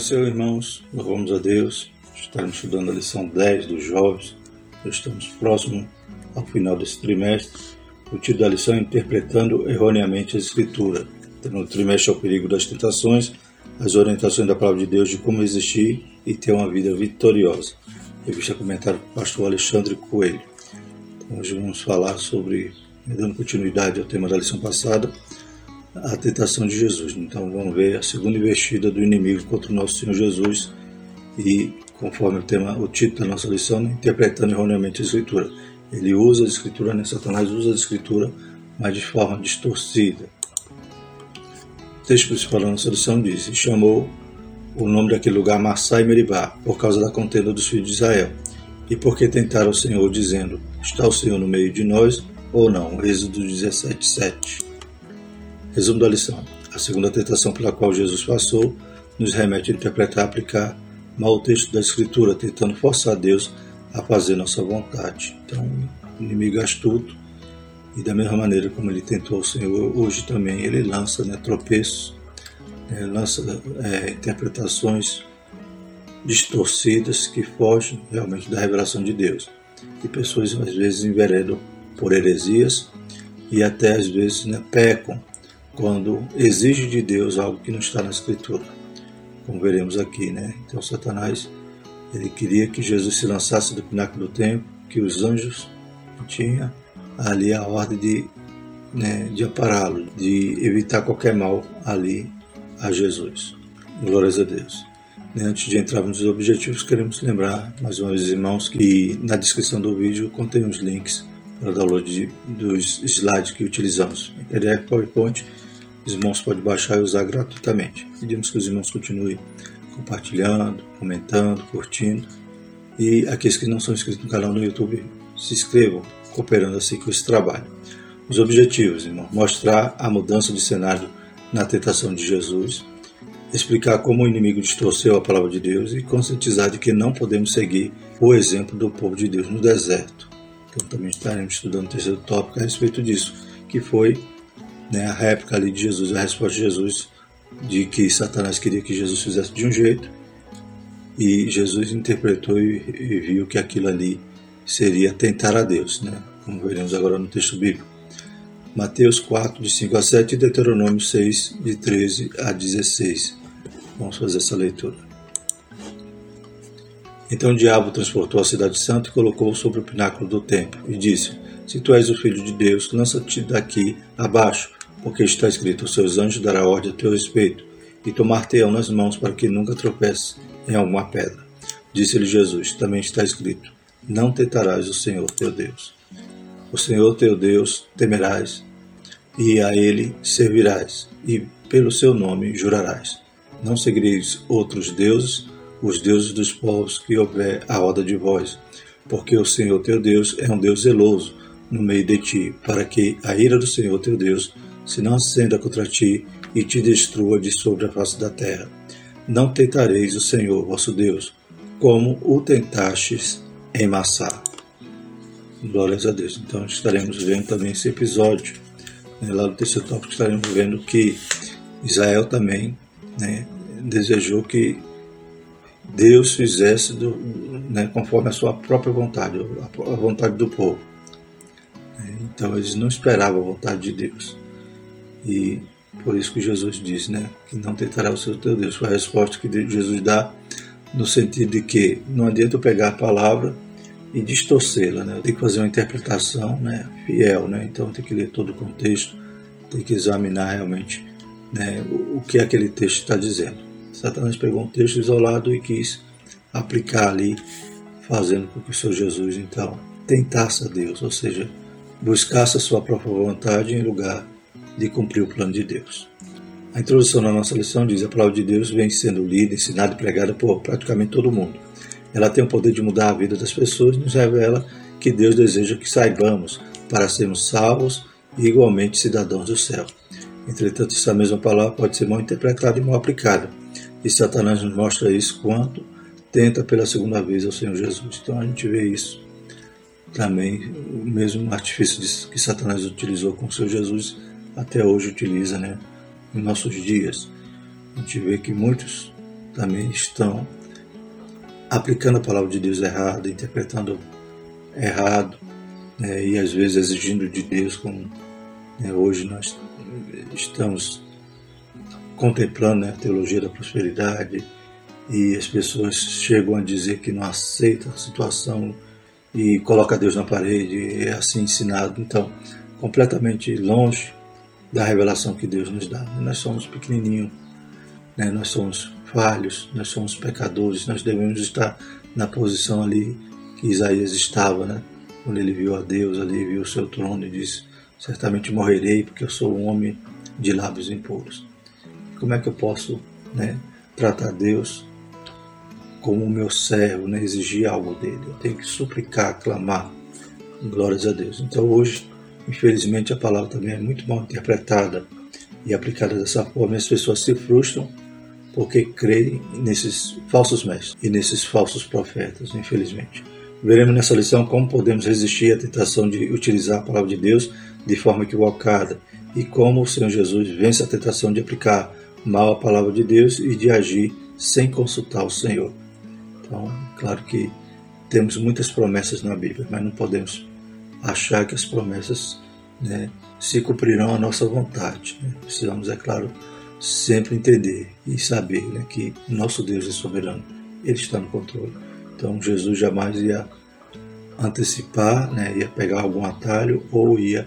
Paz, Senhor, irmãos, louvamos a Deus. Estamos estudando a lição 10 dos jovens. Estamos próximos ao final desse trimestre. O título da lição é Interpretando Erroneamente a Escritura. No trimestre ao perigo das tentações, as orientações da palavra de Deus de como resistir e ter uma vida vitoriosa. Revista comentário do pastor Alexandre Coelho. Então, hoje vamos falar sobre, dando continuidade ao tema da lição passada, a tentação de Jesus. Então vamos ver a segunda investida do inimigo contra o nosso Senhor Jesus e, conforme o título da nossa lição, interpretando erroneamente a Escritura. Ele usa a Escritura, né? Satanás usa a Escritura, mas de forma distorcida. O texto principal da nossa lição diz: e chamou o nome daquele lugar Massá e Meribá, por causa da contenda dos filhos de Israel, e porque tentaram o Senhor, dizendo: está o Senhor no meio de nós ou não? Êxodo 17:7. Resumo da lição. A segunda tentação pela qual Jesus passou nos remete a interpretar e aplicar mal o texto da Escritura, tentando forçar Deus a fazer nossa vontade. Então, o inimigo é astuto, e da mesma maneira como ele tentou o Senhor, hoje também ele lança tropeços, lança interpretações distorcidas que fogem realmente da revelação de Deus. E pessoas às vezes enveredam por heresias e até às vezes pecam quando exige de Deus algo que não está na Escritura, como veremos aqui, Então Satanás, ele queria que Jesus se lançasse do pináculo do templo, que os anjos tinham ali a ordem de apará-lo, de evitar qualquer mal ali a Jesus. Glórias a Deus. Antes de entrarmos nos objetivos, queremos lembrar mais uma vez, irmãos, que na descrição do vídeo contém os links para download dos slides que utilizamos. Em PDF, PowerPoint, os irmãos podem baixar e usar gratuitamente. Pedimos que os irmãos continuem compartilhando, comentando, curtindo. E aqueles que não são inscritos no canal no YouTube, se inscrevam, cooperando assim com esse trabalho. Os objetivos, irmão: mostrar a mudança de cenário na tentação de Jesus, explicar como o inimigo distorceu a palavra de Deus e conscientizar de que não podemos seguir o exemplo do povo de Deus no deserto. Então também estaremos estudando o terceiro tópico a respeito disso, que foi a réplica ali de Jesus, a resposta de Jesus, de que Satanás queria que Jesus fizesse de um jeito, e Jesus interpretou e viu que aquilo ali seria tentar a Deus, como veremos agora no texto bíblico. Mateus 4, de 5 a 7 e Deuteronômio 6, de 13 a 16. Vamos fazer essa leitura. Então o diabo transportou a cidade santa e colocou-o sobre o pináculo do templo, e disse: se tu és o filho de Deus, lança-te daqui abaixo, porque está escrito: os seus anjos dará ordem a teu respeito, e tomar-te-ão nas mãos para que nunca tropeces em alguma pedra. Disse-lhe Jesus: também está escrito: não tentarás o Senhor teu Deus. O Senhor teu Deus temerás, e a ele servirás, e pelo seu nome jurarás. Não seguireis outros deuses, os deuses dos povos que houver à roda de vós, porque o Senhor teu Deus é um Deus zeloso no meio de ti, para que a ira do Senhor teu Deus se não acenda contra ti e te destrua de sobre a face da terra. Não tentareis o Senhor vosso Deus, como o tentastes em Massá. Glórias a Deus. Então estaremos vendo também esse episódio, lá no terceiro tópico estaremos vendo que Israel também desejou que Deus fizesse conforme a sua própria vontade, a vontade do povo. Então eles não esperavam a vontade de Deus. E por isso que Jesus diz, que não tentará o seu teu Deus. Foi a resposta que Jesus dá, no sentido de que não adianta eu pegar a palavra e distorcê-la, eu tenho que fazer uma interpretação fiel, então tem que ler todo o contexto, tem que examinar realmente o que aquele texto está dizendo. Satanás pegou um texto isolado e quis aplicar ali, fazendo com que o seu Jesus então tentasse a Deus, ou seja, buscasse a sua própria vontade em lugar de cumprir o plano de Deus. A introdução na nossa lição diz: a palavra de Deus vem sendo lida, ensinada e pregada por praticamente todo mundo. Ela tem o poder de mudar a vida das pessoas e nos revela que Deus deseja que saibamos para sermos salvos e igualmente cidadãos do céu. Entretanto, essa mesma palavra pode ser mal interpretada e mal aplicada, e Satanás nos mostra isso quando tenta pela segunda vez ao Senhor Jesus. Então a gente vê isso também, o mesmo artifício que Satanás utilizou com o Senhor Jesus, até hoje utiliza em nossos dias. A gente vê que muitos também estão aplicando a palavra de Deus errado, interpretando errado, né, e às vezes exigindo de Deus, como hoje nós estamos contemplando, né, a teologia da prosperidade, e as pessoas chegam a dizer que não aceitam a situação e coloca Deus na parede, é assim ensinado. Então, completamente longe da revelação que Deus nos dá. Nós somos pequenininhos, né? Nós somos falhos, nós somos pecadores, nós devemos estar na posição ali que Isaías estava, né? Quando ele viu a Deus ali, viu o seu trono e disse: certamente morrerei porque eu sou um homem de lábios impuros. Como é que eu posso, né, tratar Deus como o meu servo, né, exigir algo dele? Eu tenho que suplicar, clamar, glórias a Deus. Então hoje, infelizmente, a palavra também é muito mal interpretada e aplicada dessa forma, e as pessoas se frustram porque creem nesses falsos mestres e nesses falsos profetas, infelizmente. Veremos nessa lição como podemos resistir à tentação de utilizar a palavra de Deus de forma equivocada e como o Senhor Jesus vence a tentação de aplicar mal a palavra de Deus e de agir sem consultar o Senhor. Então, claro que temos muitas promessas na Bíblia, mas não podemos achar que as promessas, né, se cumprirão à nossa vontade, né? Precisamos, é claro, sempre entender e saber, né, que nosso Deus é soberano, Ele está no controle. Então Jesus jamais ia antecipar, né, ia pegar algum atalho ou ia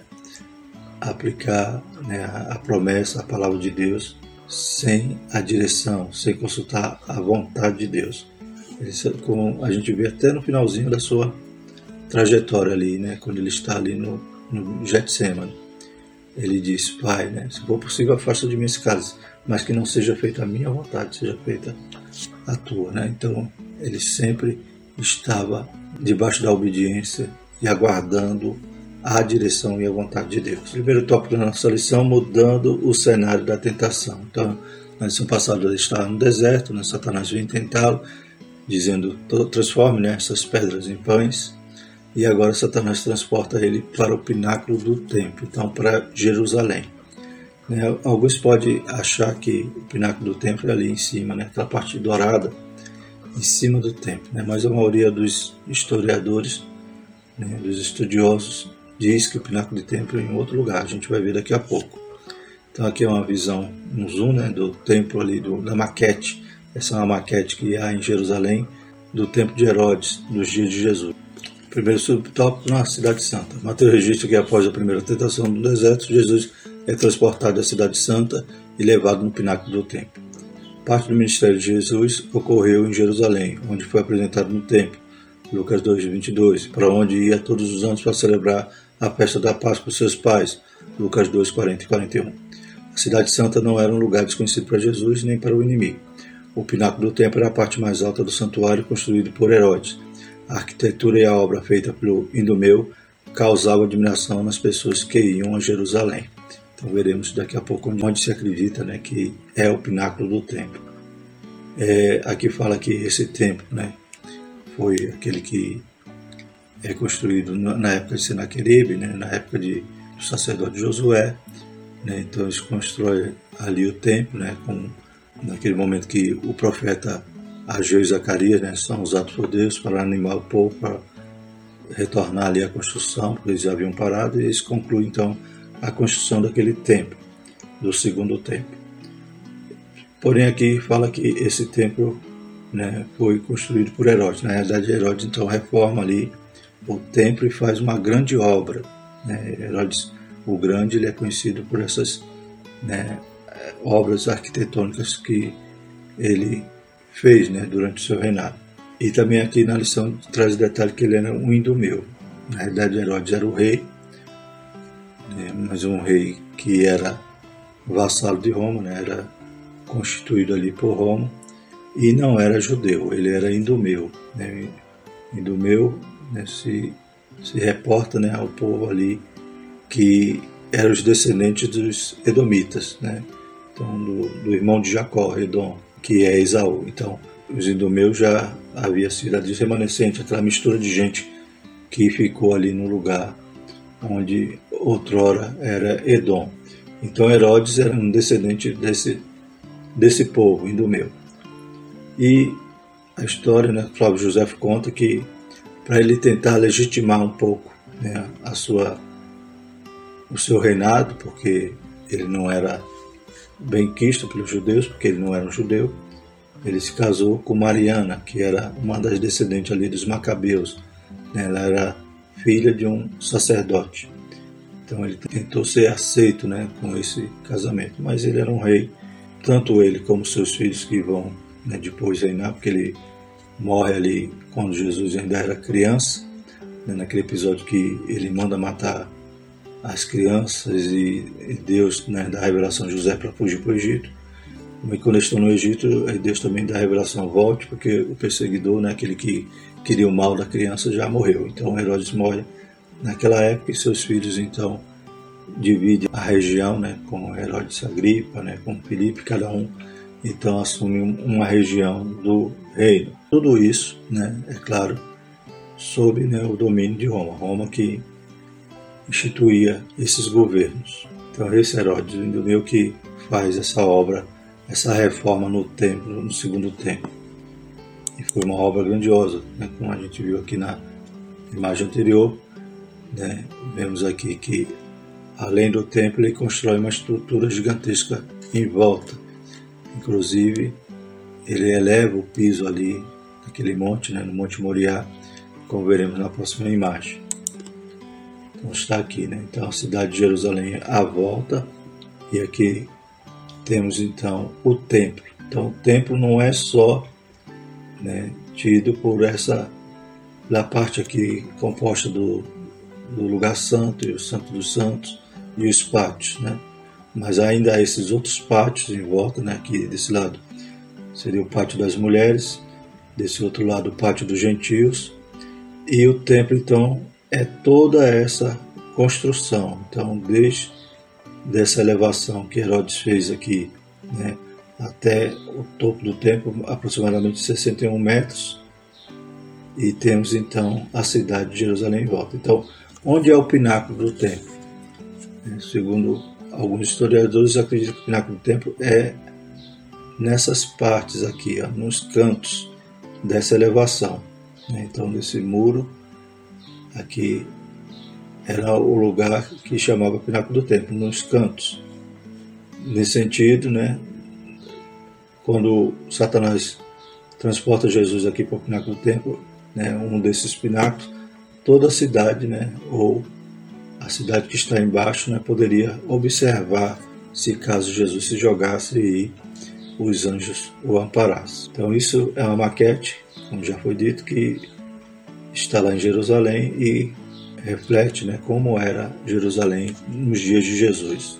aplicar, né, a promessa, a palavra de Deus sem a direção, sem consultar a vontade de Deus. Como a gente vê até no finalzinho da sua trajetória ali, né, quando ele está ali no Getsemane, ele diz: Pai, né, se for possível, afasta de mim esse cálice, mas que não seja feita a minha vontade, seja feita a tua, né? Então ele sempre estava debaixo da obediência e aguardando a direção e a vontade de Deus. Primeiro tópico da nossa lição: mudando o cenário da tentação. Então, na lição passada ele estava no deserto, né? Satanás vem tentá-lo, dizendo: transforme, né, essas pedras em pães. E agora Satanás transporta ele para o pináculo do templo, então para Jerusalém. Né? Alguns podem achar que o pináculo do templo é ali em cima, né, aquela parte dourada em cima do templo, né? Mas a maioria dos historiadores, né, dos estudiosos, diz que o pináculo do templo é em outro lugar. A gente vai ver daqui a pouco. Então aqui é uma visão, um zoom, né, do templo ali, da maquete. Essa é uma maquete que há em Jerusalém do templo de Herodes, nos dias de Jesus. Primeiro subtópico, na Cidade Santa. Mateus registra que após a primeira tentação do deserto, Jesus é transportado da Cidade Santa e levado no pináculo do templo. Parte do ministério de Jesus ocorreu em Jerusalém, onde foi apresentado no templo, Lucas 2:22, para onde ia todos os anos para celebrar a festa da Páscoa com seus pais, Lucas 2:40 e 41. A Cidade Santa não era um lugar desconhecido para Jesus nem para o inimigo. O pináculo do templo era a parte mais alta do santuário construído por Herodes. A arquitetura e a obra feita pelo Idumeu causavam admiração nas pessoas que iam a Jerusalém. Então veremos daqui a pouco onde se acredita, né, que é o pináculo do templo. Aqui fala que esse templo, né, foi aquele que é construído na época de Senaqueribe, né, na época do sacerdote Josué. Né, então eles constroem ali o templo, né, naquele momento que o profeta Ageu e Zacarias, né, são usados por Deus para animar o povo, para retornar ali à construção, porque eles já haviam parado, e eles concluem então a construção daquele templo, do segundo templo. Porém aqui fala que esse templo, né, foi construído por Herodes. Na realidade, Herodes então reforma ali o templo e faz uma grande obra. Né? Herodes o Grande, ele é conhecido por essas, né, obras arquitetônicas que ele fez, né, durante o seu reinado. E também aqui na lição traz o detalhe que ele era um Idumeu. Na realidade, Herodes era o rei, né, mas um rei que era vassalo de Roma, né, era constituído ali por Roma, e não era judeu, ele era Idumeu. Né. Idumeu, né, se reporta, né, ao povo ali que eram os descendentes dos Edomitas, né, então do irmão de Jacó, Edom, que é Esaú. Então, os idumeus já havia sido ali remanescente, aquela mistura de gente que ficou ali no lugar onde outrora era Edom. Então, Herodes era um descendente desse povo idumeu. E a história, né, Flávio José conta que para ele tentar legitimar um pouco, né, o seu reinado, porque ele não era bem quisto pelos judeus, porque ele não era um judeu, ele se casou com Mariana, que era uma das descendentes ali dos Macabeus, né? Ela era filha de um sacerdote. Então ele tentou ser aceito, né, com esse casamento, mas ele era um rei, tanto ele como seus filhos que vão, né, depois reinar, porque ele morre ali quando Jesus ainda era criança, né, naquele episódio que ele manda matar as crianças e Deus, né, dá a revelação a José para fugir para o Egito. E quando eles estão no Egito, Deus também dá a revelação, volte, porque o perseguidor, né, aquele que queria o mal da criança, já morreu. Então Herodes morre naquela época e seus filhos então dividem a região, né, com Herodes Agripa, né, com Filipe, cada um então assume uma região do reino. Tudo isso, né, é claro, sob, né, o domínio de Roma. Roma que instituía esses governos. Então esse Herodes meio que faz essa obra, essa reforma no templo, no segundo templo. E foi uma obra grandiosa, né, como a gente viu aqui na imagem anterior, né, vemos aqui que além do templo ele constrói uma estrutura gigantesca em volta. Inclusive ele eleva o piso ali naquele monte, né, no Monte Moriá, como veremos na próxima imagem. Então está aqui, né? Então a cidade de Jerusalém à volta, e aqui temos então o templo. Então o templo não é só, né, tido por essa da parte aqui composta do lugar santo e o santo dos santos e os pátios, né? Mas ainda há esses outros pátios em volta, né? Aqui desse lado seria o pátio das mulheres, desse outro lado o pátio dos gentios, e o templo então é toda essa construção. Então desde dessa elevação que Herodes fez aqui, né, até o topo do templo, aproximadamente 61 metros, e temos então a cidade de Jerusalém em volta. Então, onde é o pináculo do templo? Segundo alguns historiadores, acreditam que o pináculo do templo é nessas partes aqui, ó, nos cantos dessa elevação, né? Então, nesse muro aqui era o lugar que chamava pináculo do templo, nos cantos. Nesse sentido, né, quando Satanás transporta Jesus aqui para o pináculo do templo, né, um desses pináculos, toda a cidade, né, ou a cidade que está embaixo, né, poderia observar se caso Jesus se jogasse e os anjos o amparassem. Então isso é uma maquete, como já foi dito, que está lá em Jerusalém e reflete, né, como era Jerusalém nos dias de Jesus.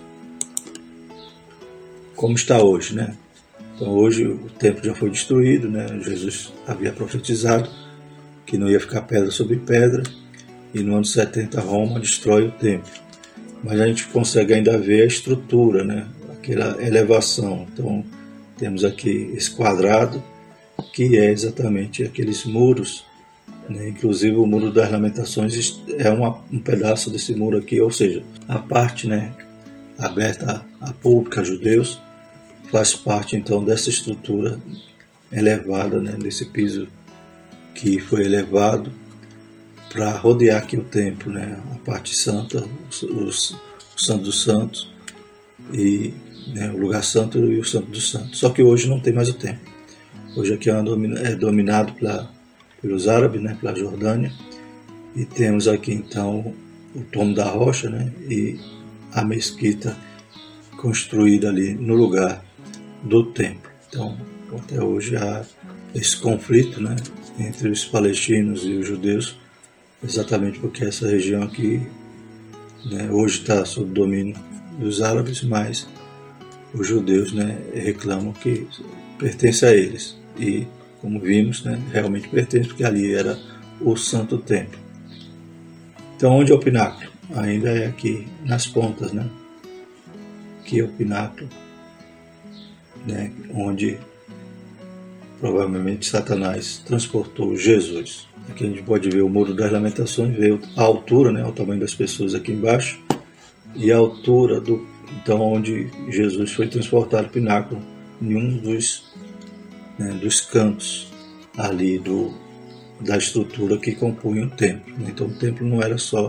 Como está hoje, né? Então hoje o templo já foi destruído, né? Jesus havia profetizado que não ia ficar pedra sobre pedra, e no ano 70 Roma destrói o templo. Mas a gente consegue ainda ver a estrutura, né? Aquela elevação. Então temos aqui esse quadrado, que é exatamente aqueles muros, né? Inclusive o Muro das Lamentações é um pedaço desse muro aqui, ou seja, a parte, né, aberta a público, a judeus, faz parte então dessa estrutura elevada, né, desse piso que foi elevado para rodear aqui o templo, né, a parte santa, o Santo dos Santos, e, né, o lugar santo e o Santo dos Santos. Só que hoje não tem mais o templo. Hoje aqui é dominado pelos árabes, né, pela Jordânia, e temos aqui então o Tomo da Rocha, né, e a mesquita construída ali no lugar do templo. Então até hoje há esse conflito, né, entre os palestinos e os judeus, exatamente porque essa região aqui, né, hoje está sob domínio dos árabes, mas os judeus, né, reclamam que pertence a eles, e como vimos, né, realmente pertence, porque ali era o Santo Templo. Então onde é o pináculo? Ainda é aqui nas pontas, né? Aqui é o pináculo, né, onde provavelmente Satanás transportou Jesus. Aqui a gente pode ver o Muro das Lamentações, ver a altura, né, o tamanho das pessoas aqui embaixo, e a altura então onde Jesus foi transportado, pináculo, em um dos né, dos cantos ali da estrutura que compunha o templo. Então o templo não era só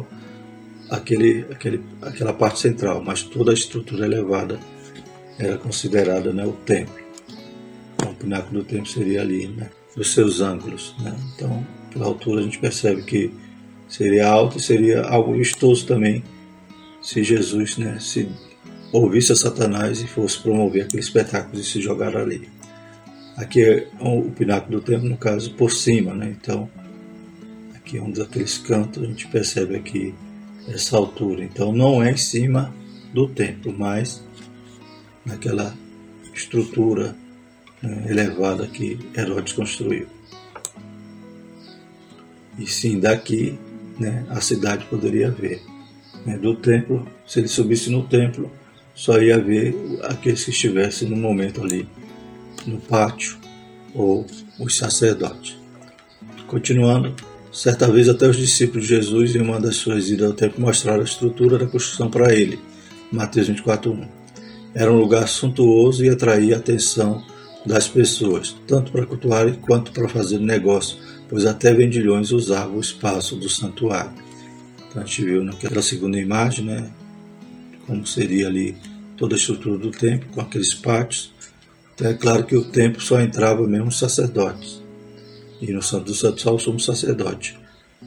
aquela parte central, mas toda a estrutura elevada era considerada, né, o templo. Então, o pináculo do templo seria ali, né, dos seus ângulos. Né? Então, pela altura a gente percebe que seria alto e seria algo vistoso também se Jesus, né, se ouvisse a Satanás e fosse promover aquele espetáculo e se jogar ali. Aqui é o pináculo do templo, no caso, por cima, né? Então, aqui é um daqueles cantos, a gente percebe aqui essa altura. Então, não é em cima do templo, mas naquela estrutura, né, elevada que Herodes construiu. E sim, daqui, né, a cidade poderia ver. Né? Do templo, se ele subisse no templo, só ia ver aqueles que estivessem no momento ali no pátio, ou os sacerdotes. Continuando, certa vez até os discípulos de Jesus, em uma das suas idas ao templo, mostraram a estrutura da construção para ele. Mateus 24:1. Era um lugar suntuoso e atraía a atenção das pessoas, tanto para cultuarem quanto para fazer negócio, pois até vendilhões usavam o espaço do santuário. Então a gente viu naquela segunda imagem, né, como seria ali toda a estrutura do templo, com aqueles pátios. Então é claro que o templo só entrava mesmo os sacerdotes. E no Santo dos Santos só o sumo sacerdote.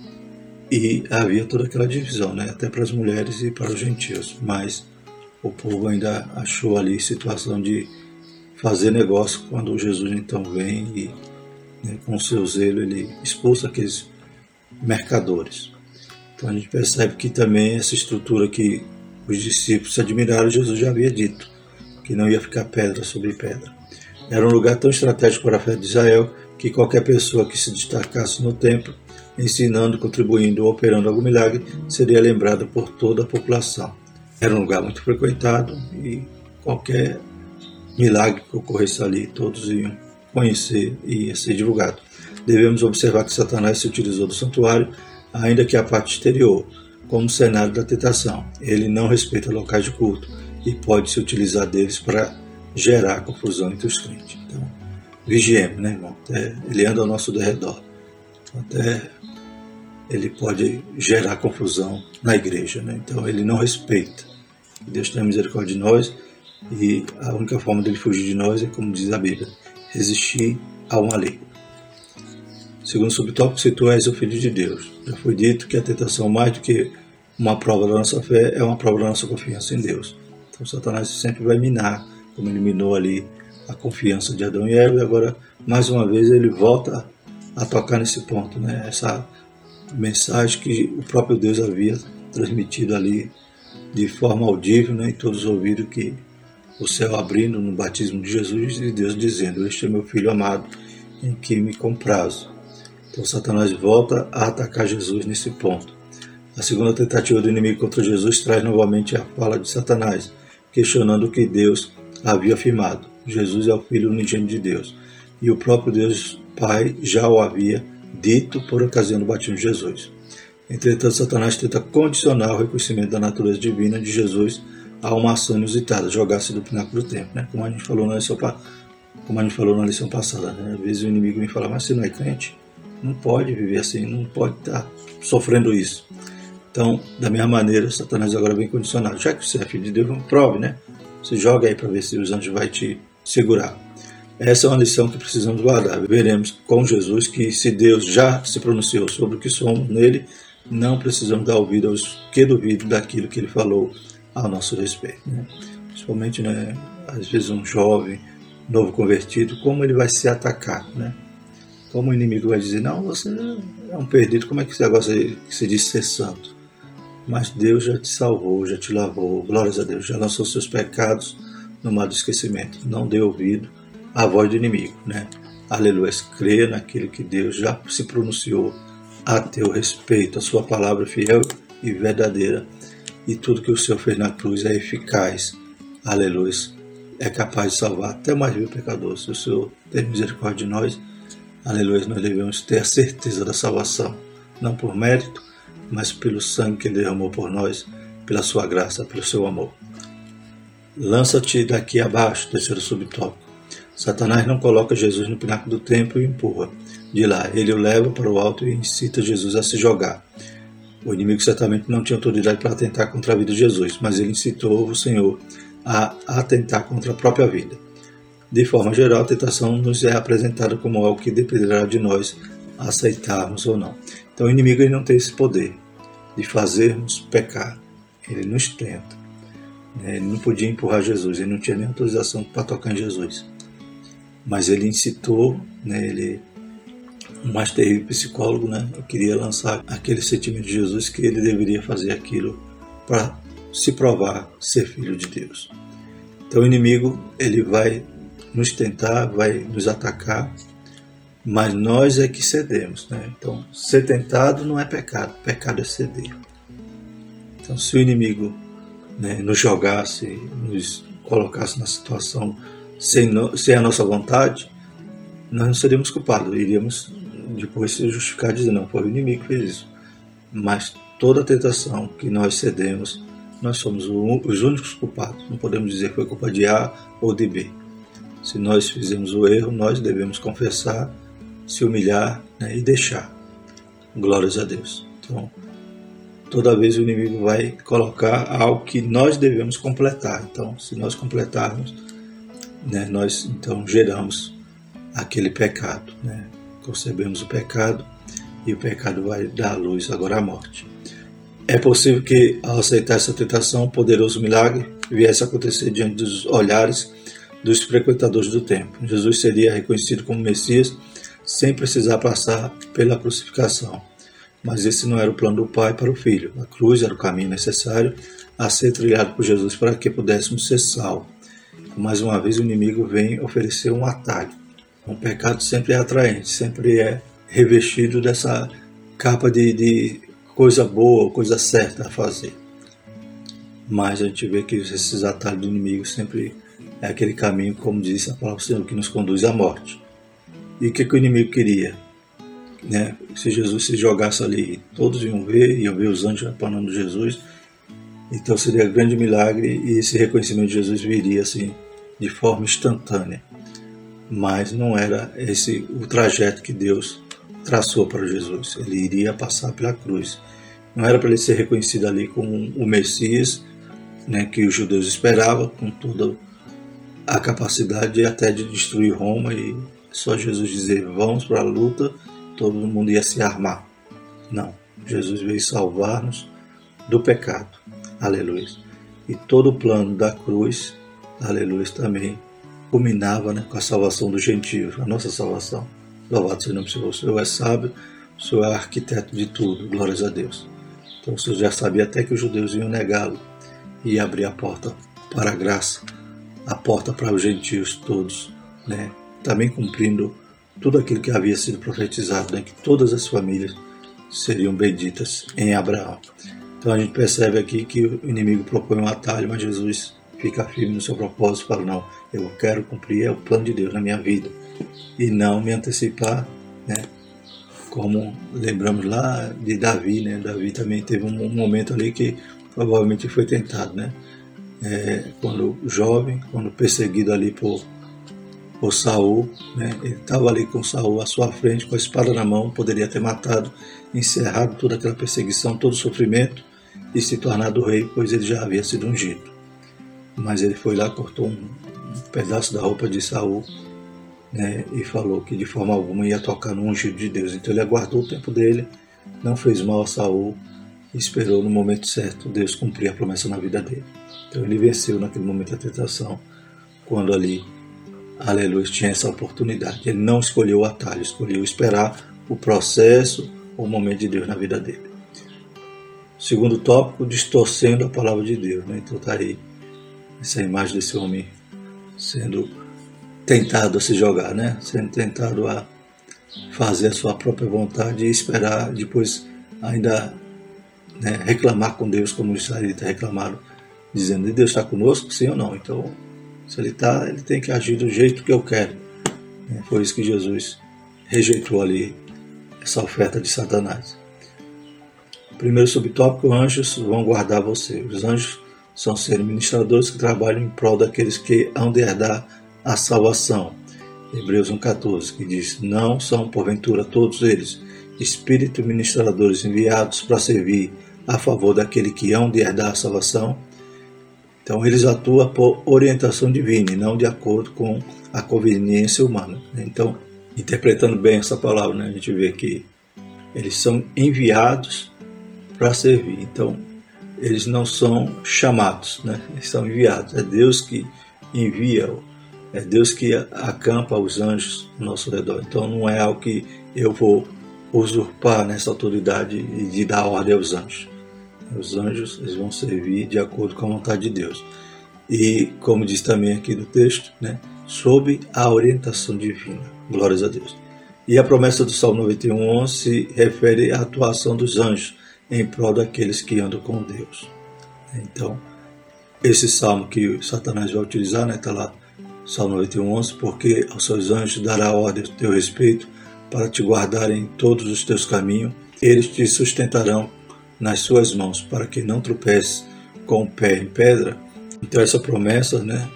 E havia toda aquela divisão, né, até para as mulheres e para os gentios. Mas o povo ainda achou ali situação de fazer negócio quando Jesus então vem e, né, com o seu zelo ele expulsa aqueles mercadores. Então a gente percebe que também essa estrutura que os discípulos se admiraram, Jesus já havia dito que não ia ficar pedra sobre pedra. Era um lugar tão estratégico para a fé de Israel que qualquer pessoa que se destacasse no templo, ensinando, contribuindo ou operando algum milagre, seria lembrada por toda a população. Era um lugar muito frequentado e qualquer milagre que ocorresse ali, todos iam conhecer e ia ser divulgado. Devemos observar que Satanás se utilizou do santuário, ainda que a parte exterior, como cenário da tentação. Ele não respeita locais de culto e pode se utilizar deles para gerar confusão entre os crentes. Então, vigiemos, né, irmão? Até ele anda ao nosso derredor. Até ele pode gerar confusão na igreja, né? Então, ele não respeita. Deus tenha misericórdia de nós e a única forma dele fugir de nós é, como diz a Bíblia, resistir ao maligno. Segundo subtópico, se tu és o Filho de Deus. Já foi dito que a tentação, mais do que uma prova da nossa fé, é uma prova da nossa confiança em Deus. Então, Satanás sempre vai minar, como ele minou ali a confiança de Adão e Eva, e agora, mais uma vez, ele volta a tocar nesse ponto, né? Essa mensagem que o próprio Deus havia transmitido ali de forma audível, né? E todos ouviram que o céu abrindo no batismo de Jesus e Deus dizendo: este é meu Filho amado, em que me comprazo. Então Satanás volta a atacar Jesus nesse ponto. A segunda tentativa do inimigo contra Jesus traz novamente a fala de Satanás, questionando o que Deus havia afirmado: Jesus é o Filho unigênito de Deus. E o próprio Deus Pai já o havia dito por ocasião do batismo de Jesus. Entretanto, Satanás tenta condicionar o reconhecimento da natureza divina de Jesus a uma ação inusitada, jogar-se do pináculo do templo, né? Como a gente falou na lição passada. Né? Às vezes o inimigo me fala: mas você não é crente? Não pode viver assim, não pode estar sofrendo isso. Então, da mesma maneira, Satanás agora vem condicionado. Já que você é filho de Deus, não prove, né? Você joga aí para ver se os anjos vão te segurar. Essa é uma lição que precisamos guardar. Veremos com Jesus que, se Deus já se pronunciou sobre o que somos nele, não precisamos dar ouvido aos que duvidam daquilo que ele falou ao nosso respeito. Né? Principalmente, né, às vezes, um jovem, novo convertido, como ele vai ser atacado, né? Como o inimigo vai dizer: não, você é um perdido, como é que você agora se diz ser santo? Mas Deus já te salvou, já te lavou, glórias a Deus, já lançou seus pecados no mar do esquecimento. Não dê ouvido à voz do inimigo, né? Aleluia, creia naquilo que Deus já se pronunciou a teu respeito, a sua palavra fiel e verdadeira, e tudo que o Senhor fez na cruz é eficaz, aleluia, é capaz de salvar até o mais vil pecador. Se o Senhor tem misericórdia de nós, aleluia, nós devemos ter a certeza da salvação, não por mérito, mas pelo sangue que Ele derramou por nós, pela sua graça, pelo seu amor. Lança-te daqui abaixo, terceiro subtópico. Satanás não coloca Jesus no pináculo do templo e empurra de lá. Ele o leva para o alto e incita Jesus a se jogar. O inimigo certamente não tinha autoridade para atentar contra a vida de Jesus, mas ele incitou o Senhor a atentar contra a própria vida. De forma geral, a tentação nos é apresentada como algo que dependerá de nós aceitarmos ou não. Então o inimigo ele não tem esse poder de fazermos pecar. Ele nos tenta. Ele não podia empurrar Jesus, ele não tinha nem autorização para tocar em Jesus. Mas ele incitou, ele, o mais terrível psicólogo, queria lançar aquele sentimento de Jesus que ele deveria fazer aquilo para se provar ser filho de Deus. Então o inimigo ele vai nos tentar, vai nos atacar, mas nós é que cedemos. Então ser tentado não é pecado, pecado é ceder. Então se o inimigo nos jogasse, nos colocasse na situação sem a nossa vontade, nós não seríamos culpados, iríamos depois se justificar dizendo, não, foi o inimigo que fez isso. Mas toda tentação que nós cedemos, nós somos os únicos culpados. Não podemos dizer que foi culpa de A ou de B. Se nós fizemos o erro, nós devemos confessar, se humilhar e deixar. Glórias a Deus. Então, toda vez o inimigo vai colocar algo que nós devemos completar. Então, se nós completarmos, nós então geramos aquele pecado. Concebemos o pecado e o pecado vai dar à luz agora à morte. É possível que, ao aceitar essa tentação, um poderoso milagre viesse a acontecer diante dos olhares dos frequentadores do templo. Jesus seria reconhecido como Messias sem precisar passar pela crucificação. Mas esse não era o plano do Pai para o Filho. A cruz era o caminho necessário a ser trilhado por Jesus para que pudéssemos ser salvos. Mais uma vez o inimigo vem oferecer um atalho. O pecado sempre é atraente, sempre é revestido dessa capa de coisa boa, coisa certa a fazer. Mas a gente vê que esses atalhos do inimigo sempre é aquele caminho, como disse a palavra do Senhor, que nos conduz à morte. E o que o inimigo queria? Se Jesus se jogasse ali, todos iam ver os anjos apanando Jesus. Então seria um grande milagre e esse reconhecimento de Jesus viria assim de forma instantânea. Mas não era esse o trajeto que Deus traçou para Jesus. Ele iria passar pela cruz. Não era para ele ser reconhecido ali como o Messias, que os judeus esperavam, com toda a capacidade até de destruir Roma, e só Jesus dizer, vamos para a luta, todo mundo ia se armar. Não, Jesus veio salvar-nos do pecado. Aleluia. E todo o plano da cruz, aleluia, também culminava com a salvação dos gentios, a nossa salvação. Louvado seja o nome do Senhor. O Senhor é sábio, o Senhor é arquiteto de tudo, glórias a Deus. Então o Senhor já sabia até que os judeus iam negá-lo e abrir a porta para a graça, a porta para os gentios todos, também cumprindo tudo aquilo que havia sido profetizado, que todas as famílias seriam benditas em Abraão. Então a gente percebe aqui que o inimigo propõe um atalho, mas Jesus fica firme no seu propósito e fala, não, eu quero cumprir o plano de Deus na minha vida e não me antecipar, como lembramos lá de Davi, Davi também teve um momento ali que provavelmente foi tentado, quando jovem, quando perseguido ali por Saul, ele estava ali com Saul à sua frente, com a espada na mão, poderia ter matado, encerrado toda aquela perseguição, todo o sofrimento e se tornado rei, pois ele já havia sido ungido. Mas ele foi lá, cortou um pedaço da roupa de Saul, e falou que de forma alguma ia tocar no ungido de Deus. Então ele aguardou o tempo dele, não fez mal a Saul, e esperou no momento certo Deus cumprir a promessa na vida dele. Então ele venceu naquele momento a tentação, quando ali, aleluia, tinha essa oportunidade. Ele não escolheu o atalho, escolheu esperar o processo, o momento de Deus na vida dele. Segundo tópico, distorcendo a palavra de Deus. Então está aí essa imagem desse homem sendo tentado a se jogar, sendo tentado a fazer a sua própria vontade e esperar depois ainda reclamar com Deus, como os israelitas reclamaram, dizendo, Deus está conosco, sim ou não? Então, se ele está, ele tem que agir do jeito que eu quero. Foi isso que Jesus rejeitou ali, essa oferta de Satanás. Primeiro subtópico, anjos vão guardar você. Os anjos são seres ministradores que trabalham em prol daqueles que hão de herdar a salvação. Hebreus 1,14, que diz: não são porventura todos eles espíritos ministradores enviados para servir a favor daquele que hão de herdar a salvação? Então eles atuam por orientação divina e não de acordo com a conveniência humana. Então, interpretando bem essa palavra, né, a gente vê que eles são enviados para servir. Então, eles não são chamados, né? Eles são enviados. É Deus que envia, é Deus que acampa os anjos ao nosso redor. Então, não é algo que eu vou usurpar nessa autoridade e de dar ordem aos anjos. Os anjos, eles vão servir de acordo com a vontade de Deus. E, como diz também aqui no texto, né, sob a orientação divina. Glórias a Deus. E a promessa do Salmo 91:11 se refere à atuação dos anjos em prol daqueles que andam com Deus. Então, esse salmo que Satanás vai utilizar, né, está lá, Salmo 91:11, porque aos seus anjos dará ordem a teu respeito para te guardarem em todos os teus caminhos, eles te sustentarão nas suas mãos, para que não tropeces com o pé em pedra. Então essa promessa, né,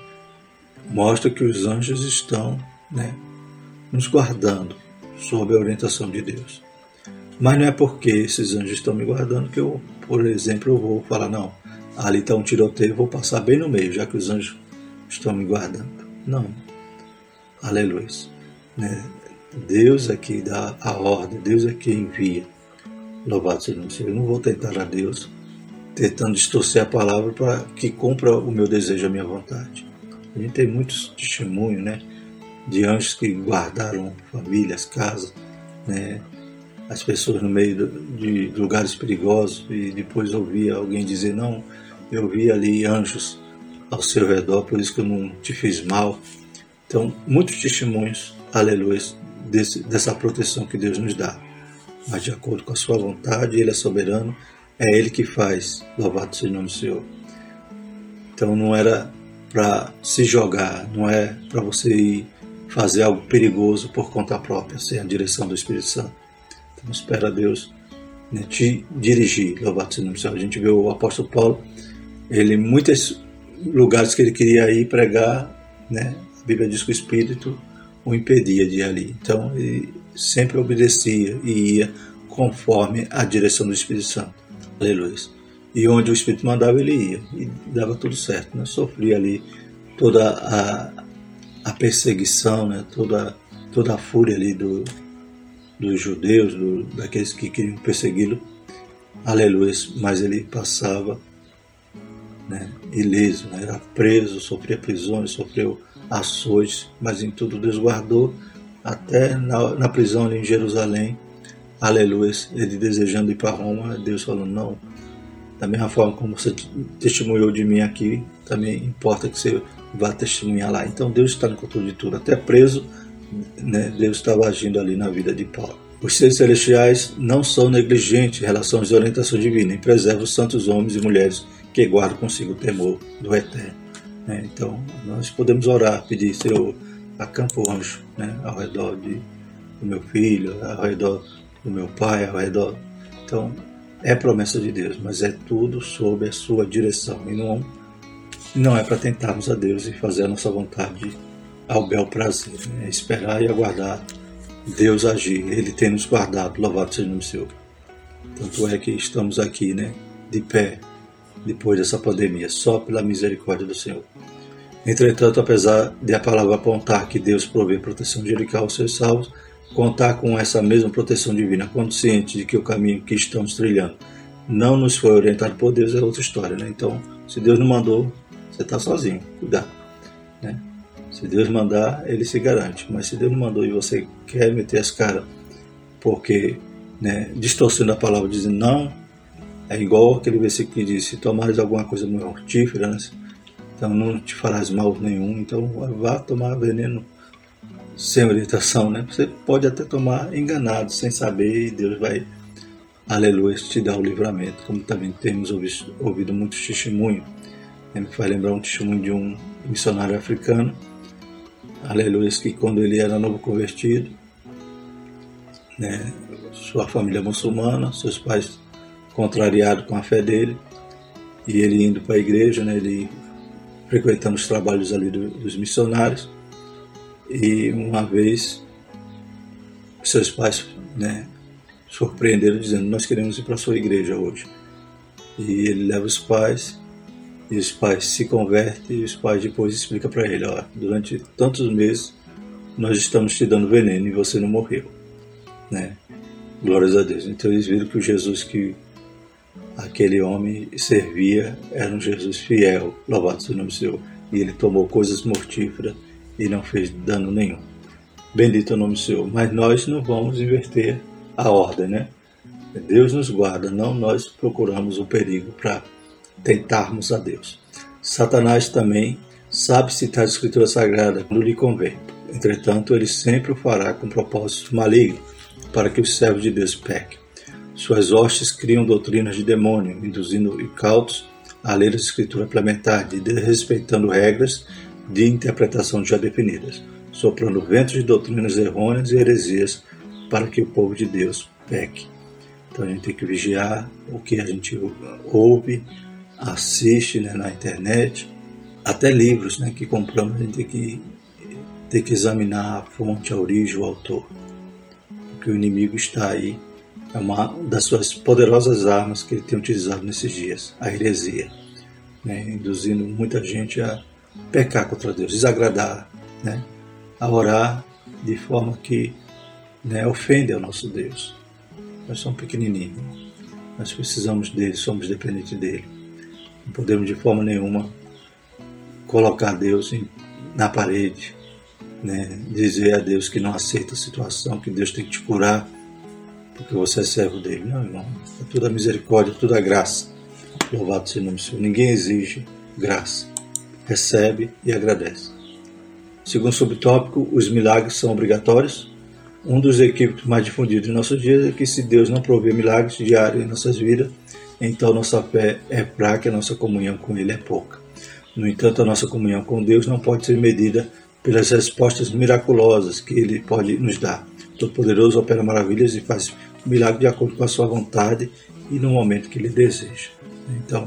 mostra que os anjos estão, né, nos guardando sob a orientação de Deus. Mas não é porque esses anjos estão me guardando que eu, por exemplo, eu vou falar, não, ali está um tiroteio, eu vou passar bem no meio, já que os anjos estão me guardando. Não. Aleluia. Né? Deus é que dá a ordem, Deus é que envia. Louvado seja o nome do Senhor. Eu não vou tentar a Deus tentando distorcer a palavra para que cumpra o meu desejo, a minha vontade. A gente tem muitos testemunhos, né, de anjos que guardaram famílias, casas, né, as pessoas no meio de lugares perigosos, e depois ouvia alguém dizer, não, eu vi ali anjos ao seu redor, por isso que eu não te fiz mal. Então, muitos testemunhos, aleluia, dessa proteção que Deus nos dá. Mas de acordo com a sua vontade, Ele é soberano, é Ele que faz. Louvado seja o nome do Senhor. Então não era para se jogar, não é para você ir fazer algo perigoso por conta própria, sem a direção do Espírito Santo. Então espera Deus, né, te dirigir. Louvado seja o nome do Senhor. A gente vê o apóstolo Paulo, ele em muitos lugares que ele queria ir pregar, né, a Bíblia diz que o Espírito o impedia de ir ali. Então ele sempre obedecia e ia conforme a direção do Espírito Santo. Aleluia. E onde o Espírito mandava, ele ia. E dava tudo certo. Né? Sofria ali toda a perseguição, né? toda a fúria ali dos judeus, daqueles que queriam persegui-lo. Aleluia. Mas ele passava, né, ileso. Né? Era preso, sofria prisões, sofreu açoites, mas em tudo Deus guardou. Até na prisão ali em Jerusalém, aleluia, ele desejando ir para Roma, Deus falou, não, da mesma forma como você testemunhou de mim aqui, também importa que você vá testemunhar lá. Então Deus está no controle de tudo, até preso, né, Deus estava agindo ali na vida de Paulo. Os seres celestiais não são negligentes em relação às orientações divinas e preservam os santos homens e mulheres que guardam consigo o temor do Eterno. Então nós podemos orar, pedir, Senhor, acampa o anjo, né, ao redor do meu filho, ao redor do meu pai, ao redor. Então, é promessa de Deus, mas é tudo sob a sua direção. E não é para tentarmos a Deus e fazer a nossa vontade ao bel prazer. É esperar e aguardar Deus agir. Ele tem nos guardado, louvado seja o nome do Senhor. Tanto é que estamos aqui, né, de pé, depois dessa pandemia, só pela misericórdia do Senhor. Entretanto, apesar de a palavra apontar que Deus provê proteção angelical aos seus salvos, contar com essa mesma proteção divina, consciente de que o caminho que estamos trilhando não nos foi orientado por Deus, é outra história, né? Então, se Deus não mandou, você está sozinho, cuidado, né? Se Deus mandar, Ele se garante, mas se Deus não mandou e você quer meter as caras, porque, né, distorcendo a palavra, dizendo não, é igual aquele versículo que diz, se tomares alguma coisa mortífera, né, então não te farás mal nenhum, então vá tomar veneno sem orientação, né? Você pode até tomar enganado, sem saber, e Deus vai, aleluia, te dar o livramento, como também temos ouvido muitos testemunhos. Me faz lembrar um testemunho de um missionário africano, aleluia, que quando ele era novo convertido, né, sua família muçulmana, seus pais contrariados com a fé dele, e ele indo para a igreja, né, ele frequentando os trabalhos ali dos missionários, E uma vez seus pais, surpreenderam dizendo: nós queremos ir para a sua igreja hoje. E ele leva os pais, e os pais se convertem, e os pais depois explicam para ele: ó, durante tantos meses nós estamos te dando veneno e você não morreu, né? Glórias a Deus. Então eles viram que o Jesus que aquele homem servia era um Jesus fiel, louvado seja o nome do Senhor. E ele tomou coisas mortíferas e não fez dano nenhum. Bendito é o nome do Senhor. Mas nós não vamos inverter a ordem, né? Deus nos guarda, não nós procuramos o perigo para tentarmos a Deus. Satanás também sabe citar a Escritura Sagrada quando lhe convém. Entretanto, ele sempre o fará com propósito maligno, para que os servos de Deus pequem. Suas hostes criam doutrinas de demônio, induzindo incautos a ler a Escritura complementar, desrespeitando regras de interpretação já definidas, soprando ventos de doutrinas errôneas e heresias para que o povo de Deus peque. Então a gente tem que vigiar o que a gente ouve, assiste, na internet, até livros, que compramos, a gente tem que examinar a fonte, a origem, o autor. Porque o inimigo está aí, é uma das suas poderosas armas que ele tem utilizado nesses dias, a heresia, induzindo muita gente a pecar contra Deus, desagradar, a orar de forma que ofende ao nosso Deus. Nós somos pequenininhos, nós precisamos dele, somos dependentes dele. Não podemos de forma nenhuma colocar Deus na parede, dizer a Deus que não aceita a situação, que Deus tem que te curar porque você é servo dele. Não, irmão, é tudo a misericórdia, tudo a graça. Louvado seja o nome do Senhor. Ninguém exige graça, recebe e agradece. Segundo subtópico, os milagres são obrigatórios. Um dos equívocos mais difundidos em nossos dias é que se Deus não prover milagres diários em nossas vidas, então nossa fé é fraca e a nossa comunhão com Ele é pouca. No entanto, a nossa comunhão com Deus não pode ser medida pelas respostas miraculosas que Ele pode nos dar. Todo-Poderoso opera maravilhas e faz milagres de acordo com a sua vontade e no momento que Ele deseja. Então,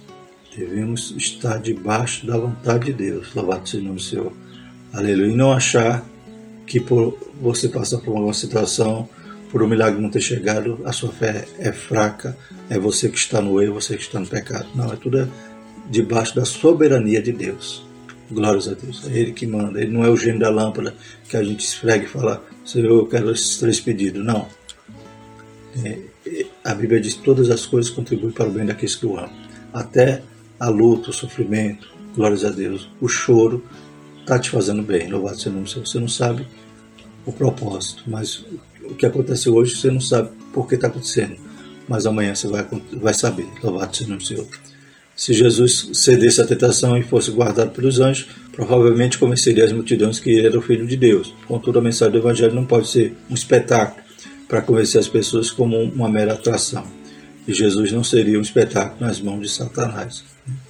devemos estar debaixo da vontade de Deus. Louvado seja o nome do Senhor. Aleluia. E não achar que por você passar por uma situação, por um milagre não ter chegado, a sua fé é fraca, é você que está no erro, você que está no pecado. Não, é tudo debaixo da soberania de Deus. Glórias a Deus. É Ele que manda. Ele não é o gênio da lâmpada que a gente esfrega e fala: Senhor, eu quero esses 3 pedidos. Não. A Bíblia diz que todas as coisas contribuem para o bem daqueles que o amam. Até a luta, o sofrimento, glórias a Deus, o choro está te fazendo bem. Louvado seja o nome do Senhor. Você não sabe o propósito, mas o que aconteceu hoje você não sabe por que está acontecendo, mas amanhã você vai saber. Louvado seja o nome do Senhor. Se Jesus cedesse à tentação e fosse guardado pelos anjos, provavelmente convenceria as multidões que ele era o Filho de Deus. Contudo, a mensagem do Evangelho não pode ser um espetáculo para convencer as pessoas como uma mera atração. E Jesus não seria um espetáculo nas mãos de Satanás.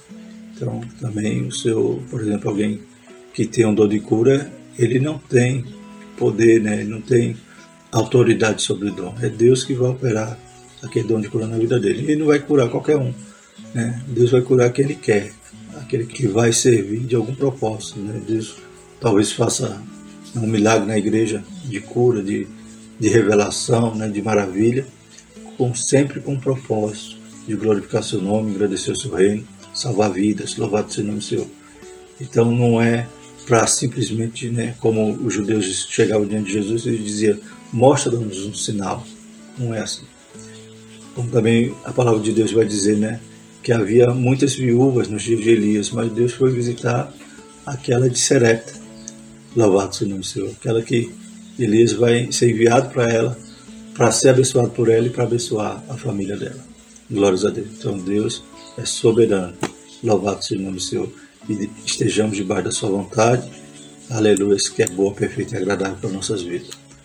Então, também por exemplo, alguém que tem um dom de cura, ele não tem poder, ele não tem autoridade sobre o dom. É Deus que vai operar aquele dom de cura na vida dele. Ele não vai curar qualquer um. Deus vai curar quem Ele quer, aquele que vai servir de algum propósito. Deus talvez faça um milagre na igreja de cura, de revelação, de maravilha, sempre com um propósito de glorificar seu nome, agradecer o seu reino, salvar vidas, louvado seja o nome do Senhor. Então não é para simplesmente, como os judeus chegavam diante de Jesus e diziam: mostra-nos um sinal. Não é assim. Como também a palavra de Deus vai dizer, que havia muitas viúvas nos dias de Elias, mas Deus foi visitar aquela de Serepta. Louvado seja o nome do Senhor. Aquela que Elias vai ser enviado para ela, para ser abençoado por ela e para abençoar a família dela. Glórias a Deus. Então Deus é soberano. Louvado seja o nome do Senhor. E estejamos debaixo da sua vontade. Aleluia, que é boa, perfeita e agradável para nossas vidas.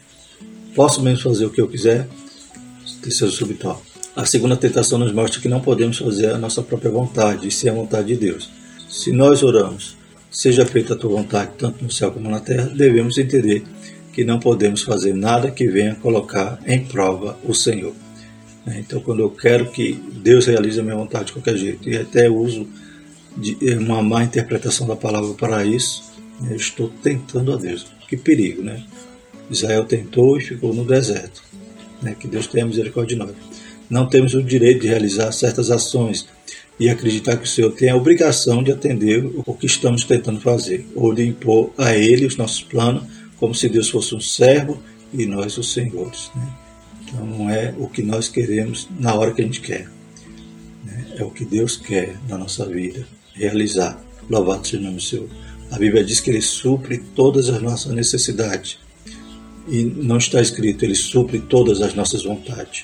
Posso mesmo fazer o que eu quiser? Terceiro subtópico. A segunda tentação nos mostra que não podemos fazer a nossa própria vontade, e sim a vontade de Deus. Se nós oramos, seja feita a tua vontade, tanto no céu como na terra, devemos entender que não podemos fazer nada que venha colocar em prova o Senhor. Então, quando eu quero que Deus realize a minha vontade de qualquer jeito, e até uso de uma má interpretação da palavra para isso, eu estou tentando a Deus. Que perigo, né? Israel tentou e ficou no deserto. Né? Que Deus tenha misericórdia de nós. Não temos o direito de realizar certas ações e acreditar que o Senhor tem a obrigação de atender o que estamos tentando fazer, ou de impor a Ele os nossos planos, como se Deus fosse um servo e nós os senhores. Né? Então não é o que nós queremos na hora que a gente quer. Né? É o que Deus quer na nossa vida, realizar. Louvado seja o nome do Senhor. A Bíblia diz que Ele supre todas as nossas necessidades. E não está escrito, Ele supre todas as nossas vontades.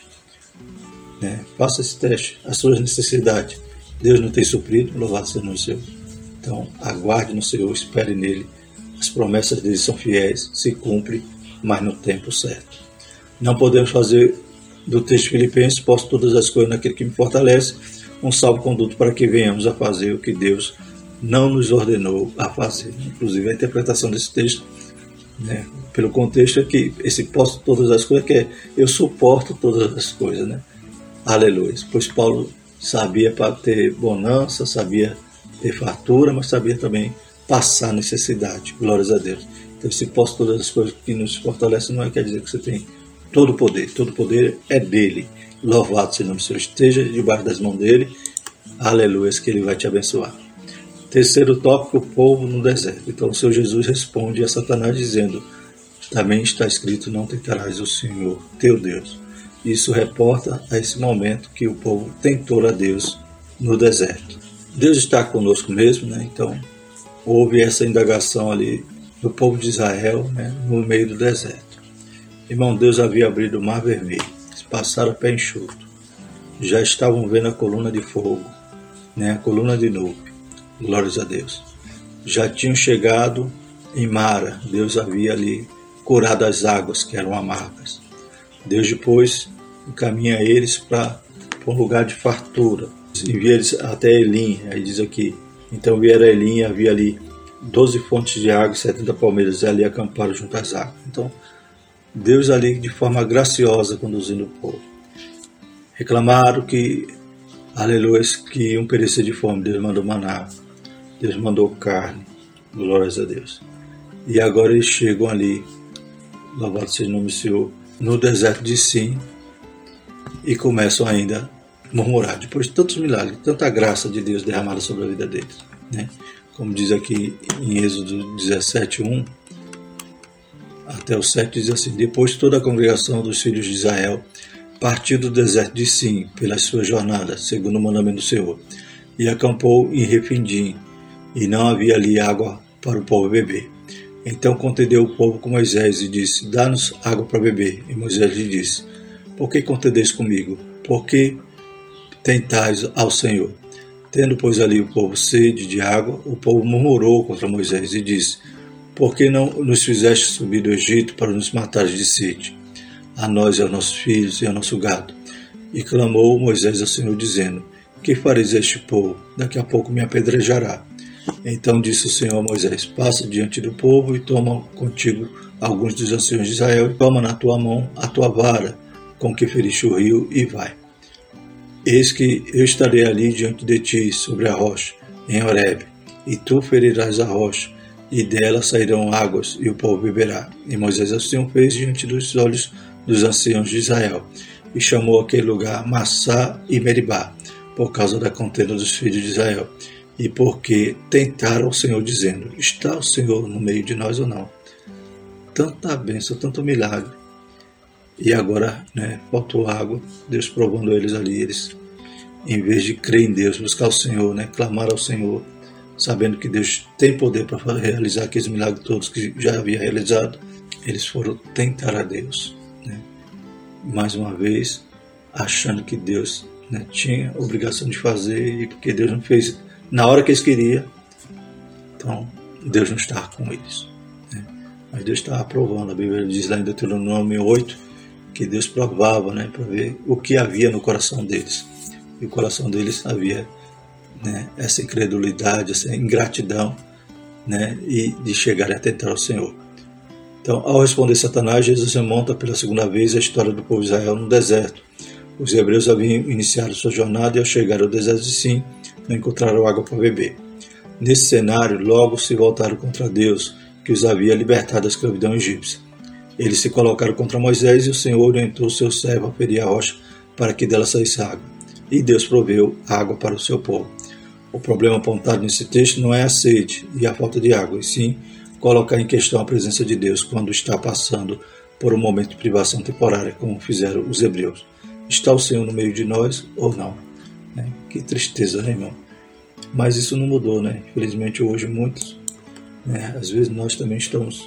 Né? Faça esse teste, as suas necessidades. Deus não tem suprido, louvado seja o nome do Senhor. Então, aguarde no Senhor, espere nele. As promessas dele são fiéis, se cumprem, mas no tempo certo. Não podemos fazer do texto Filipenses, posso todas as coisas naquele que me fortalece, um salvo-conduto para que venhamos a fazer o que Deus não nos ordenou a fazer. Inclusive, a interpretação desse texto, né, pelo contexto, é que esse posso todas as coisas, que é eu suporto todas as coisas, né? Aleluia. Pois Paulo sabia para ter bonança, sabia ter fartura, mas sabia também passar necessidade. Glórias a Deus. Então, esse posso todas as coisas que nos fortalecem não quer dizer que você tem todo o poder é dele. Louvado seja o nome do Senhor. Esteja debaixo das mãos dele. Aleluia, que ele vai te abençoar. Terceiro tópico, o povo no deserto. Então o Senhor Jesus responde a Satanás dizendo, também está escrito, não tentarás o Senhor, teu Deus. Isso reporta a esse momento que o povo tentou a Deus no deserto. Deus está conosco mesmo, né? Então houve essa indagação ali do povo de Israel, né? No meio do deserto. Irmão, Deus havia abrido o mar vermelho, eles passaram a pé enxuto, já estavam vendo a coluna de fogo, né? A coluna de nuvem. Glórias a Deus. Já tinham chegado em Mara. Deus havia ali curado as águas que eram amargas. Deus depois encaminha eles para um lugar de fartura. Envia eles até Elim. Aí diz aqui. Então vieram a Elim e havia ali 12 fontes de água e 70 palmeiras. E ali acamparam junto às águas. Então Deus ali de forma graciosa conduzindo o povo. Reclamaram que, aleluia, que iam perecer de fome. Deus mandou maná. Deus mandou carne, glórias a Deus. E agora eles chegam ali, louvado seja o nome do Senhor, no deserto de Sim, e começam ainda a murmurar. Depois de tantos milagres, tanta graça de Deus derramada sobre a vida deles. Né? Como diz aqui em Êxodo 17:1, até o 7 diz assim, depois toda a congregação dos filhos de Israel partiu do deserto de Sim, pelas suas jornadas, segundo o mandamento do Senhor, e acampou em Refidim, e não havia ali água para o povo beber. Então contendeu o povo com Moisés e disse, dá-nos água para beber. E Moisés lhe disse, por que contendeis comigo? Por que tentais ao Senhor? Tendo, pois, ali o povo sede de água, o povo murmurou contra Moisés e disse, por que não nos fizeste subir do Egito para nos matares de sede? A nós e aos nossos filhos e ao nosso gado. E clamou Moisés ao Senhor, dizendo, que fareis a este povo? Daqui a pouco me apedrejará. Então disse o Senhor a Moisés, passa diante do povo e toma contigo alguns dos anciões de Israel e toma na tua mão a tua vara com que feriste o rio e vai. Eis que eu estarei ali diante de ti sobre a rocha, em Horebe, e tu ferirás a rocha, e dela sairão águas, e o povo beberá. E Moisés assim o fez diante dos olhos dos anciãos de Israel, e chamou aquele lugar Massá e Meribá, por causa da contenda dos filhos de Israel. E porque tentaram o Senhor dizendo, está o Senhor no meio de nós ou não? Tanta bênção, tanto milagre. E agora, né, faltou água, Deus provando eles ali, eles, em vez de crer em Deus, buscar o Senhor, né, clamar ao Senhor, sabendo que Deus tem poder para realizar aqueles milagres todos que já havia realizado, eles foram tentar a Deus. Né, mais uma vez, achando que Deus, né, tinha obrigação de fazer e porque Deus não fez na hora que eles queriam, então Deus não estava com eles. Né? Mas Deus estava provando. A Bíblia diz lá em Deuteronômio 8 que Deus provava, né, para ver o que havia no coração deles. E o coração deles havia, né, essa incredulidade, essa ingratidão, né, e de chegar a tentar ao Senhor. Então, ao responder Satanás, Jesus remonta pela segunda vez a história do povo de Israel no deserto. Os hebreus haviam iniciado sua jornada e ao chegar ao deserto de Sim, não encontraram água para beber. Nesse cenário, logo se voltaram contra Deus que os havia libertado da escravidão egípcia. Eles se colocaram contra Moisés e o Senhor orientou seu servo a ferir a rocha para que dela saísse água. E Deus proveu água para o seu povo. O problema apontado nesse texto não é a sede e a falta de água, e sim colocar em questão a presença de Deus quando está passando por um momento de privação temporária, como fizeram os hebreus. Está o Senhor no meio de nós ou não? Que tristeza, né, irmão? Mas isso não mudou, né? Infelizmente hoje muitos, às vezes nós também estamos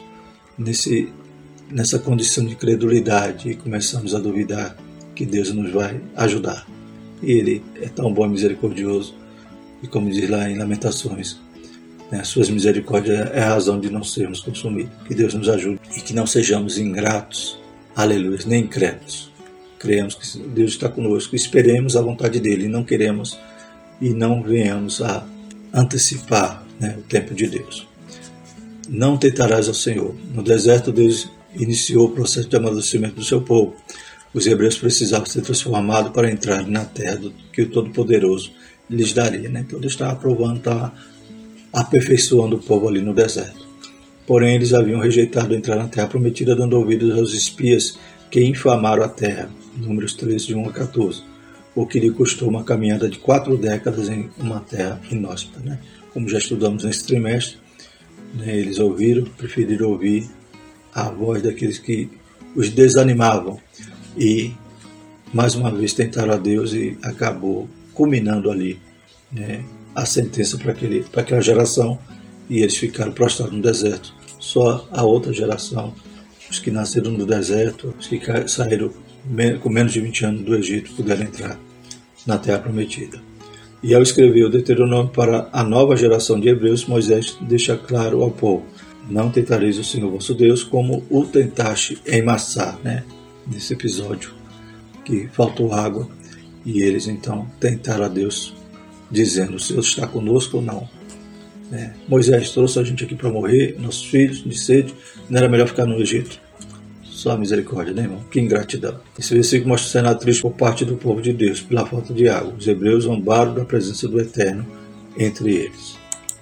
nessa condição de incredulidade e começamos a duvidar que Deus nos vai ajudar. E Ele é tão bom e misericordioso, e como diz lá em Lamentações, suas misericórdias é a razão de não sermos consumidos. Que Deus nos ajude e que não sejamos ingratos, aleluia, nem incrédulos. Creemos que Deus está conosco, esperemos a vontade dEle, e não queremos e não venhamos a antecipar o tempo de Deus. Não tentarás ao Senhor. No deserto, Deus iniciou o processo de amadurecimento do seu povo. Os hebreus precisavam ser transformados para entrar na terra que o Todo-Poderoso lhes daria. Então Deus estava aprovando, estava aperfeiçoando o povo ali no deserto. Porém, eles haviam rejeitado entrar na terra prometida, dando ouvidos aos espias que infamaram a terra. Números 13, de 1 a 14. O que lhe custou uma caminhada de 4 décadas em uma terra inóspita. Como já estudamos nesse trimestre, eles preferiram ouvir a voz daqueles que os desanimavam e, mais uma vez, tentaram a Deus e acabou culminando ali a sentença para aquela geração, e eles ficaram prostrados no deserto. Só a outra geração, os que nasceram no deserto, os que saíram com menos de 20 anos do Egito, puderam entrar na terra prometida. E ao escrever o Deuteronômio para a nova geração de hebreus, Moisés deixa claro ao povo: não tentareis o Senhor vosso Deus como o tentaste em Massá, nesse episódio que faltou água, e eles então tentaram a Deus, dizendo: o Senhor está conosco ou não? Moisés trouxe a gente aqui para morrer, nossos filhos, de sede, não era melhor ficar no Egito? Só a misericórdia, irmão? Que ingratidão. Esse versículo mostra o cenário triste por parte do povo de Deus, pela falta de água. Os hebreus zombaram da presença do Eterno entre eles.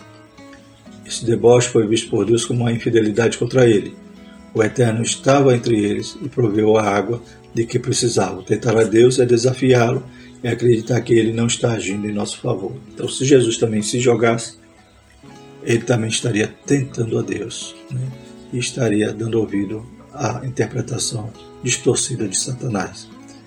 Esse deboche foi visto por Deus como uma infidelidade contra ele. O Eterno estava entre eles e proveu a água de que precisavam. Tentar a Deus é desafiá-lo e acreditar que ele não está agindo em nosso favor. Então, se Jesus também se jogasse, ele também estaria tentando a Deus, e estaria dando ouvido à interpretação distorcida de Satanás.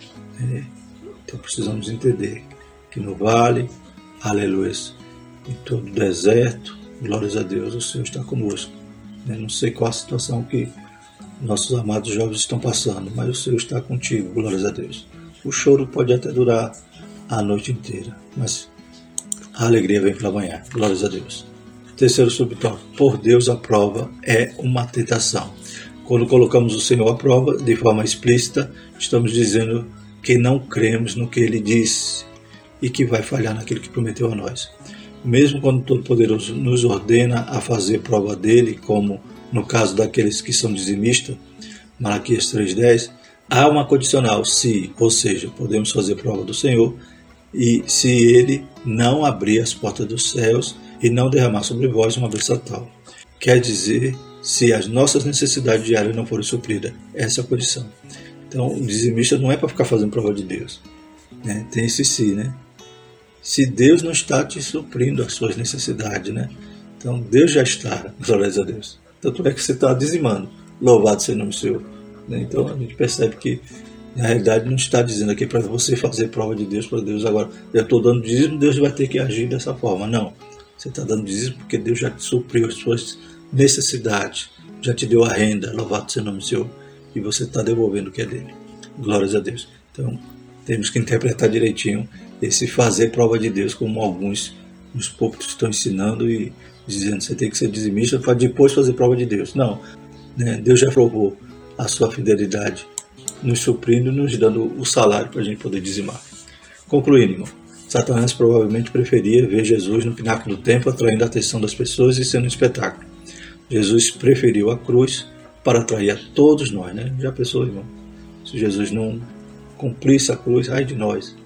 Então precisamos entender que no vale, aleluia, em todo o deserto, glórias a Deus, o Senhor está conosco. Não sei qual a situação que nossos amados jovens estão passando, mas o Senhor está contigo, glórias a Deus. O choro pode até durar a noite inteira, mas a alegria vem pela manhã, glórias a Deus. Terceiro subtópico: por Deus a prova é uma tentação. Quando colocamos o Senhor à prova de forma explícita, estamos dizendo que não cremos no que Ele disse e que vai falhar naquilo que prometeu a nós. Mesmo quando o Todo-Poderoso nos ordena a fazer prova dele, como no caso daqueles que são dizimistas, Malaquias 3,10, há uma condicional: se, ou seja, podemos fazer prova do Senhor, e se Ele não abrir as portas dos céus e não derramar sobre vós uma bênção tal. Quer dizer, se as nossas necessidades diárias não forem supridas. Essa é a condição. Então, o dizimista não é para ficar fazendo prova de Deus. Tem esse se, Se Deus não está te suprindo as suas necessidades, Então, Deus já está, glórias a Deus. Tanto é que você está dizimando. Louvado seja o nome do Senhor. Então, a gente percebe que, na realidade, não está dizendo aqui para você fazer prova de Deus para Deus. Agora, eu estou dando dízimo, Deus vai ter que agir dessa forma. Não. Você está dando dízimo porque Deus já te supriu as suas necessidades, já te deu a renda, louvado seja o nome do Senhor, e você está devolvendo o que é dele. Glórias a Deus. Então, temos que interpretar direitinho esse fazer prova de Deus, como alguns nos púlpitos estão ensinando e dizendo que você tem que ser dizimista para depois fazer prova de Deus. Não, Deus já provou a sua fidelidade, nos suprindo e nos dando o salário para a gente poder dizimar. Concluindo, irmão, Satanás provavelmente preferia ver Jesus no pináculo do templo, atraindo a atenção das pessoas e sendo um espetáculo. Jesus preferiu a cruz para atrair a todos nós, Já pensou, irmão? Se Jesus não cumprisse a cruz, ai de nós.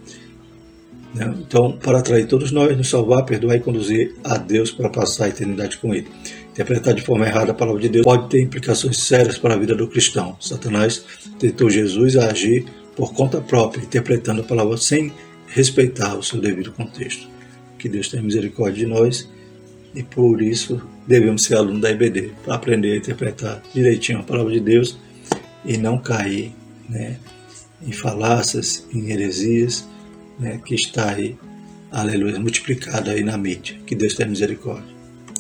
Então, para atrair todos nós, nos salvar, perdoar e conduzir a Deus para passar a eternidade com Ele. Interpretar de forma errada a palavra de Deus pode ter implicações sérias para a vida do cristão. Satanás tentou Jesus a agir por conta própria, interpretando a palavra sem respeitar o seu devido contexto. Que Deus tenha misericórdia de nós e por isso devemos ser alunos da IBD, para aprender a interpretar direitinho a palavra de Deus e não cair, em falácias, em heresias, que está aí, aleluia, multiplicada aí na mídia. Que Deus tenha misericórdia.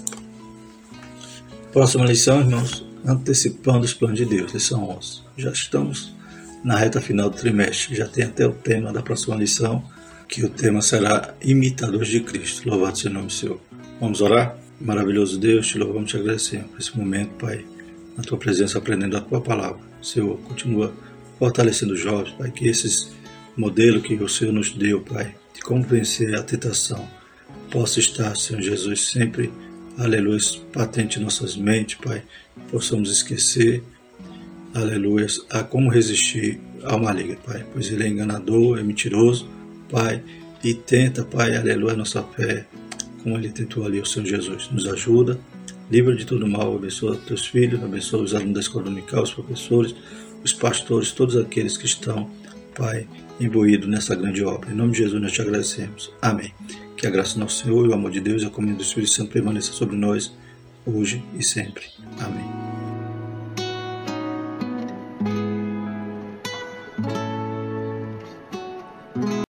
Próxima lição, irmãos, antecipando os planos de Deus, lição 11. Já estamos na reta final do trimestre, já tem até o tema da próxima lição, que o tema será imitadores de Cristo. Louvado seja o nome do Senhor. Vamos orar? Maravilhoso Deus, te louvamos e te agradecemos por esse momento, Pai, na tua presença, aprendendo a tua palavra. Senhor, continua fortalecendo os jovens, Pai, que esses modelos que o Senhor nos deu, Pai, de como vencer a tentação, possa estar, Senhor Jesus, sempre, aleluia, patente em nossas mentes, Pai, possamos esquecer, aleluia, a como resistir ao maligno, Pai, pois ele é enganador, é mentiroso, Pai, e tenta, Pai, aleluia, a nossa fé, como ele tentou ali o Senhor Jesus. Nos ajuda, livra de todo mal, abençoa teus filhos, abençoa os alunos da escola dominical, os professores, os pastores, todos aqueles que estão, Pai, imbuídos nessa grande obra. Em nome de Jesus nós te agradecemos. Amém. Que a graça do nosso Senhor e o amor de Deus e a comunhão do Espírito Santo permaneça sobre nós, hoje e sempre. Amém.